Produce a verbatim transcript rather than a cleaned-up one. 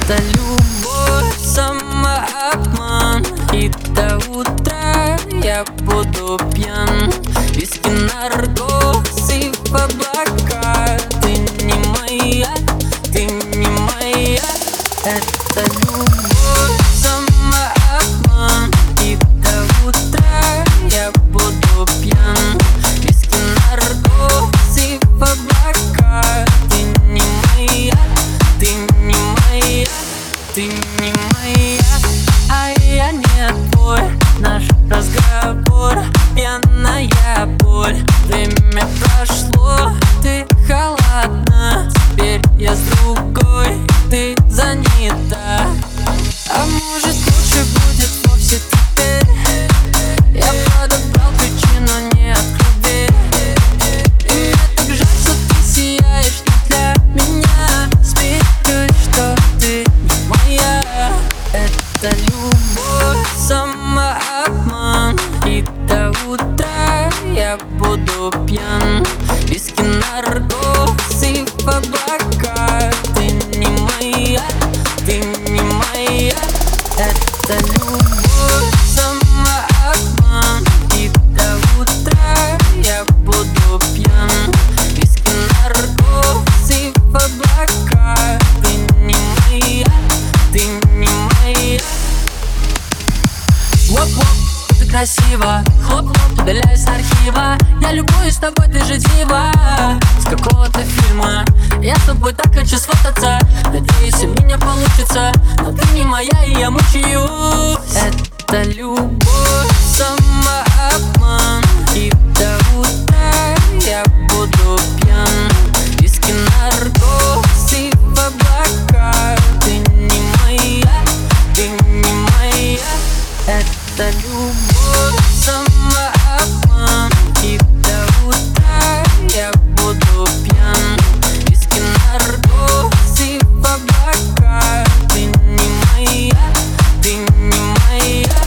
Это любовь, самообман, и до утра я буду пьян. Виски, наркоз и в облака. Ты не моя, ты не моя. Это любовь, самообман, и до утра я буду пьян. Виски, наркоз и в облака. Ты не моя, ты не моя, ты не моя, а я не твой. Наш разговор — пьяная боль. Время прошло, ты холодна. Теперь я с другой, ты занята. А может, лучше будет вовсе теперь? Я подобрал ключи, но не открыл дверь. И мне так жаль, что ты сияешь не для меня. Смеюсь, что ты не моя. Это любовь, самообман, и до утра я буду пьян. Виски, наркоз и в облака. Ты не моя, ты не моя. Это любовь, самообман, и до утра я буду пьян. Виски, наркоз и в облака. Ты не моя, ты не моя. Воп-воп, ты красиво. Хлоп-хлоп, удаляюсь с архива. Я любуюсь тобой, ты же дива с какого-то фильма. Я с тобой так хочу сфотаться. Надеюсь, у меня получится. Но ты не моя, и я мучаюсь. Это любовь, самообман, и до утра я буду пьян. Виски, наркоз и в облака. Ты не моя, ты не моя. Это любовь, самообман, и до утра я буду пьян. Виски, наркоз и в облака. Ты не моя, ты не моя.